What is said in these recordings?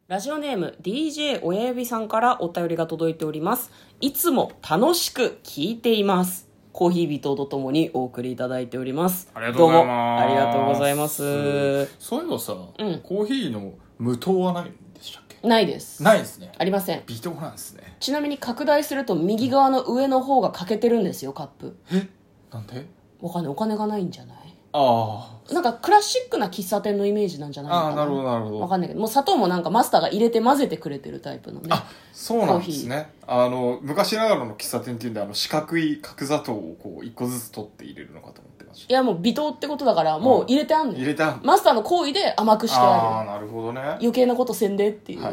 ラジオネーム DJ 親指さんからお便りが届いております。いつも楽しく聞いています。コーヒー人とともにお送りいただいております。 ありがとうございます。 どうもありがとうございます。 そういえばさ、コーヒーの無糖はないんでしたっけ？ ないです。 ないですね。 ありません。 微糖なんですね。 ちなみに拡大すると右側の上の方が欠けてるんですよ、カップ。 なんで？ お金がないんじゃない？なんかクラシックな喫茶店のイメージなんじゃないのかな。 なるほどなるほど。 わかんないけど、もう砂糖もなんかマスターが入れて混ぜてくれてるタイプのね。 そうなんですね。昔ながらの喫茶店っていうんで、四角い角砂糖をこう一個ずつ取って入れるのかと思ってました。 いやもう微糖ってことだからもう入れてあんねん。 入れてあんマスターの行為で甘くしてある。 なるほどね。 余計なことせんでっていう。 はい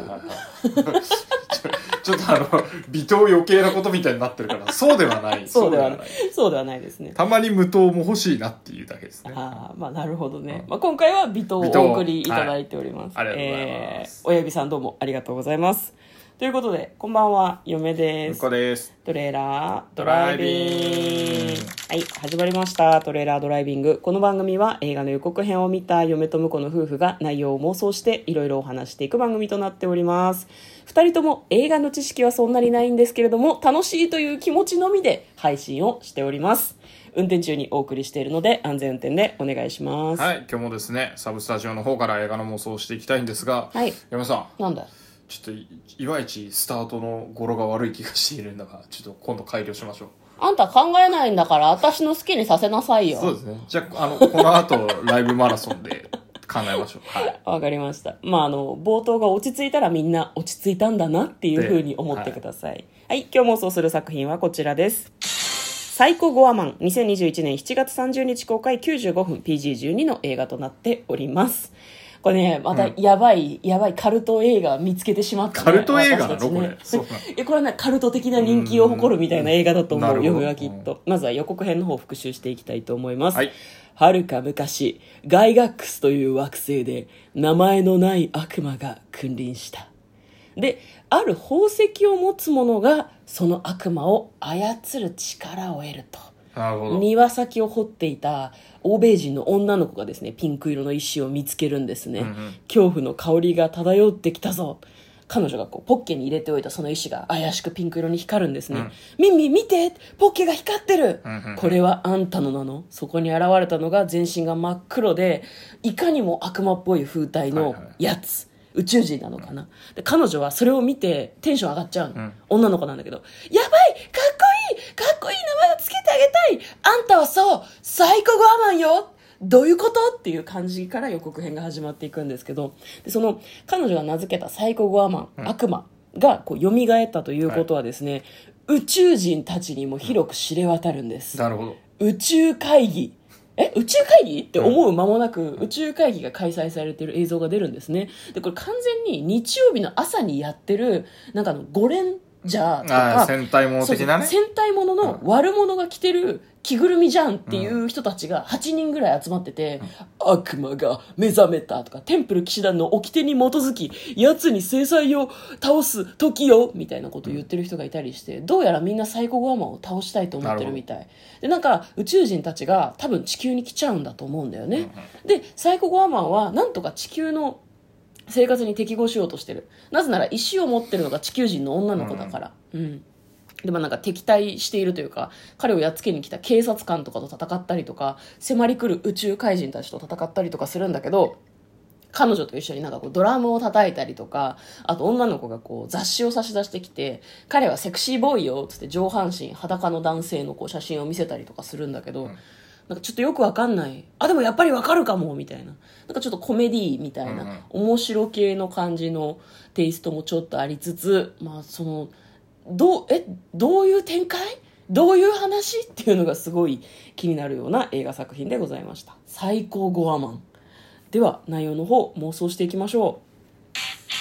ちょっと微糖余計なことみたいになってるからそうではない。 そうではないですね。 たまに無糖も欲しいなっていうだけですね。 まあなるほどね。今回は微糖をお送りいただいております。 ありがとうございます。 親指さんどうもありがとうございます。ということで、こんばんは、嫁です。 向こうです。 トレーラードライビング。はい、始まりました。トレーラードライビング。この番組は映画の予告編を見た嫁と婿の夫婦が内容を妄想していろいろお話していく番組となっております。二人とも映画の知識はそんなにないんですけれども、楽しいという気持ちのみで配信をしております。運転中にお送りしているので安全運転でお願いします。 はい、今日もですね、サブスタジオの方から映画の妄想をしていきたいんですが、 はい。 嫁さん。 なんだちょっといまいちスタートの語呂が悪い気がしているんだが、ちょっと今度改良しましょう。 あんた考えないんだから私の好きにさせなさいよ。 そうですね。じゃあ、この後ライブマラソンで考えましょう。はい。 わかりました。冒頭が落ち着いたらみんな落ち着いたんだなっていう風に思ってください。はい、今日妄想する作品はこちらです。サイコゴアマン、2021年7月30日公開95分 PG12 の映画となっております。これね、またやばいカルト映画見つけてしまった、ね。 カルト映画なの、これ。 そうなこれはね、カルト的な人気を誇るみたいな映画だと思う。嫁はきっと。まずは予告編の方を復習していきたいと思います。はい。遥か昔、ガイガックスという惑星で名前のない悪魔が君臨した。で、ある宝石を持つ者がその悪魔を操る力を得ると。庭先を掘っていた欧米人の女の子がですね、ピンク色の石を見つけるんですね。恐怖の香りが漂ってきたぞ。彼女がこうポッケに入れておいたその石が怪しくピンク色に光るんですね。ミン見て、ポッケが光ってる。これはあんたのなの？そこに現れたのが全身が真っ黒で、いかにも悪魔っぽい風体のやつ。宇宙人なのかな。で彼女はそれを見てテンション上がっちゃうの。女の子なんだけど、やばい、かっこいい名前をつけてあげたい。あんたはそうサイコゴアマンよ。どういうことっていう感じから予告編が始まっていくんですけど、でその彼女が名付けたサイコゴアマン、悪魔がこう蘇ったということはですね、宇宙人たちにも広く知れ渡るんです。 なるほど。 宇宙会議宇宙会議って思う間もなく、宇宙会議が開催されている映像が出るんですね。で、これ完全に日曜日の朝にやってる、なんかゴレンジャーとか、 戦隊もの的なね。 戦隊ものの悪者が着てる着ぐるみじゃんっていう人たちが8人ぐらい集まってて、悪魔が目覚めたとか、テンプル騎士団の掟に基づき、奴に制裁を倒す時よみたいなことを言ってる人がいたりして、どうやらみんなサイコゴアマンを倒したいと思ってるみたい。で、なんか宇宙人たちが多分地球に来ちゃうんだと思うんだよね。で、サイコゴアマンはなんとか地球の生活に適合しようとしてる。なぜなら石を持ってるのが地球人の女の子だから。でもなんか敵対しているというか、彼をやっつけに来た警察官とかと戦ったりとか、迫り来る宇宙怪人たちと戦ったりとかするんだけど、彼女と一緒になんかこうドラムを叩いたりとか、あと女の子がこう雑誌を差し出してきて、彼はセクシーボーイよつって上半身裸の男性のこう写真を見せたりとかするんだけど、なんかちょっとよくわかんない。でもやっぱりわかるかもみたいな。なんかちょっとコメディみたいな、面白系の感じのテイストもちょっとありつつ、どういう展開？どういう話っていうのがすごい気になるような映画作品でございました。サイコゴアマン。では内容の方妄想していきましょう。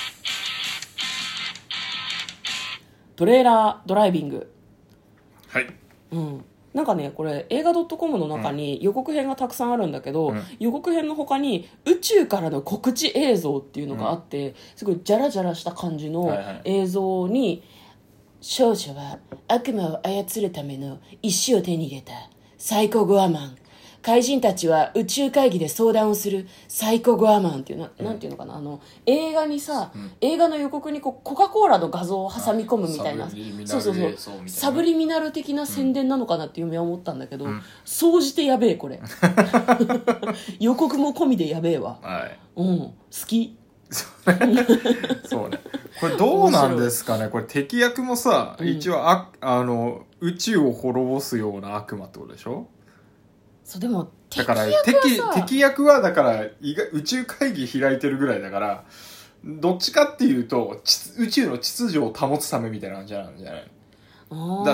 トレーラードライビング。 はい。 なんかね、これ映画 .com の中に予告編がたくさんあるんだけど、予告編の他に宇宙からの告知映像っていうのがあって、すごいジャラジャラした感じの映像に、少女は悪魔を操るための石を手に入れたサイコゴアマン。 怪人たちは宇宙会議で相談をするサイコゴアマンっていうなんていうのかな、映画にさ、映画の予告にコカ・コーラの画像を挟み込むみたいな、そうそうそう、サブリミナル的な宣伝なのかなって嫁は思ったんだけど、総じてやべえこれ予告も込みでやべえわ、好きそうね。これどうなんですかね。これ敵役もさ、一応宇宙を滅ぼすような悪魔ってことでしょ。 そうでもだから敵役はだから宇宙会議開いてるぐらいだから、どっちかっていうと宇宙の秩序を保つためみたいな感じなんじゃない。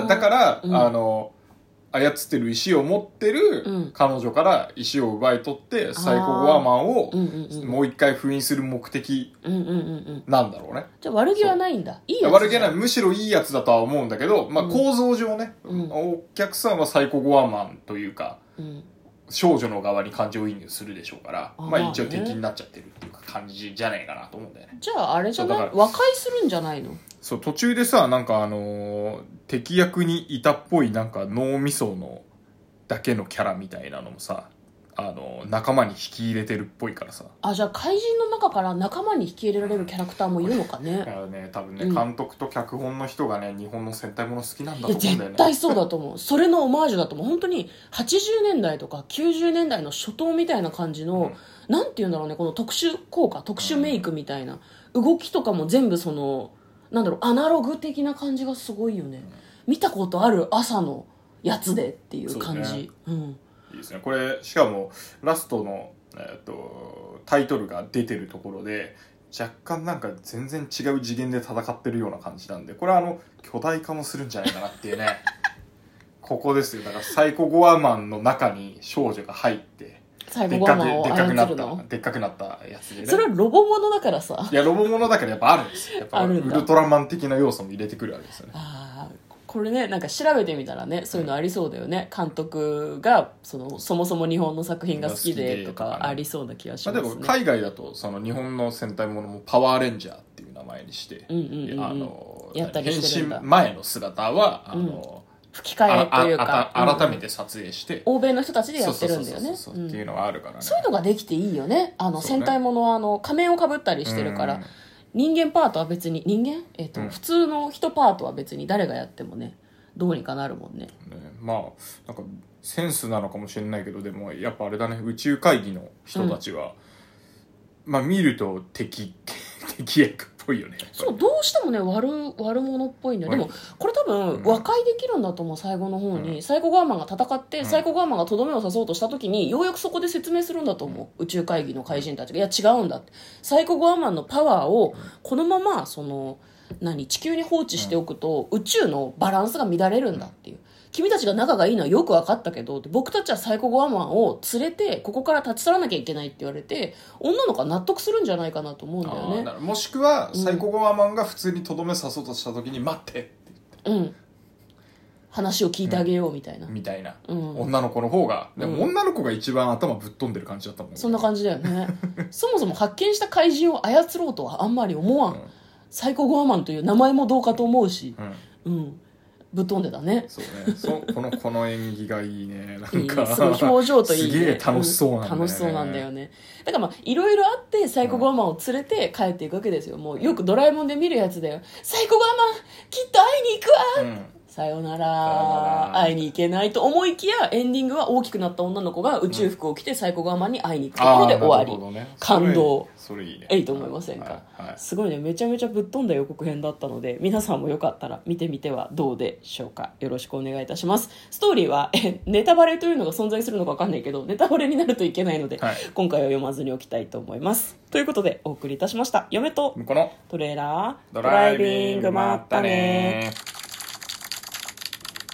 だから、操ってる石を持ってる彼女から石を奪い取ってサイコゴアマンをもう一回封印する目的なんだろうね。 じゃあ悪気はないんだ。いいやつ悪気はない。むしろいいやつだとは思うんだけど、まあ、構造上ね、お客さんはサイコゴアマンというか、少女の側に感情移入するでしょうから、まあ一応敵になっちゃってるっていう感じじゃないかなと思うんだよね。 じゃああれじゃない、和解するんじゃないの。 そう、途中でさ、なんか敵役にいたっぽいなんか脳みそのだけのキャラみたいなのもさ、仲間に引き入れてるっぽいからさ。 じゃあ怪人の中から仲間に引き入れられるキャラクターもいるのかね。 だからね、多分ね、監督と脚本の人がね、日本の戦隊もの好きなんだと思うんだよね。 絶対そうだと思う。それのオマージュだと思う。本当に80年代とか90年代の初頭みたいな感じの、なんていうんだろうね、この特殊効果、特殊メイクみたいな、動きとかも全部その、なんだろう、アナログ的な感じがすごいよね。見たことある朝のやつでっていう感じ。 いいですね。これしかもラストの、タイトルが出てるところで若干なんか全然違う次元で戦ってるような感じなんで、これは巨大化もするんじゃないかなっていうねここですよ。だからサイコゴアマンの中に少女が入ってサイコゴアマンを操るのでっかくなったやつでね。 それはロボものだからさ。 いや、ロボものだからやっぱあるんですよ。やっぱウルトラマン的な要素も入れてくるわけですよね。 これね、なんか調べてみたらね、そういうのありそうだよね。監督がそもそも日本の作品が好きでとかありそうな気がしますね。 でも海外だとその日本の戦隊ものもパワーレンジャーっていう名前にして、 やったりしてるんだ。 変身前の姿は吹き替えというか改めて撮影して、 欧米の人たちでやってるんだよね。 っていうのがあるからね。 そういうのができていいよね。戦隊ものは仮面をかぶったりしてるから、人間パートは別に普通の人パートは別に誰がやってもね、どうにかなるもんね。 まあなんかセンスなのかもしれないけど、でもやっぱあれだね、宇宙会議の人たちは、まあ見ると敵役っぽいよね。 そう、どうしてもね悪者っぽいんだよ。でもこれ多分和解できるんだと思う。最後の方にサイコゴアマンが戦って、サイコゴアマンがとどめを刺そうとした時にようやくそこで説明するんだと思う。宇宙会議の怪人たちが、いや違うんだって、サイコゴアマンのパワーをこのまま地球に放置しておくと、宇宙のバランスが乱れるんだっていう。君たちが仲がいいのはよく分かったけど、僕たちはサイコゴアマンを連れてここから立ち去らなきゃいけないって言われて、女の子は納得するんじゃないかなと思うんだよね。 もしくはサイコゴアマンが普通にとどめ刺そうとした時に、待ってって言って、 話を聞いてあげようみたいな、 女の子の方が、でも女の子が一番頭ぶっ飛んでる感じだったもんね。 そんな感じだよねそもそも発見した怪人を操ろうとはあんまり思わん、サイコゴアマンという名前もどうかと思うし、ぶっ飛んでたね。 そうね。この演技がいいね。なんかすごい表情といいね。 すげえ楽しそうなんだよね。 楽しそうなんだよね。だからいろいろあってサイコゴアマンを連れて帰っていくわけですよ。もうよくドラえもんで見るやつだよ。サイコゴアマンきっと会いに行くわ、さよなら、会いに行けないと思いきや、エンディングは大きくなった女の子が宇宙服を着てサイコゴアマンに会いに行くところで終わり、感動。 それいいね。 いいと思いませんか、すごいね、めちゃめちゃぶっ飛んだ予告編だったので、皆さんもよかったら見てみてはどうでしょうか。よろしくお願いいたします。ストーリーはネタバレというのが存在するのか分かんないけど、ネタバレになるといけないので、今回は読まずにおきたいと思います。ということでお送りいたしました、嫁とこのトレーラードライビング、まったね。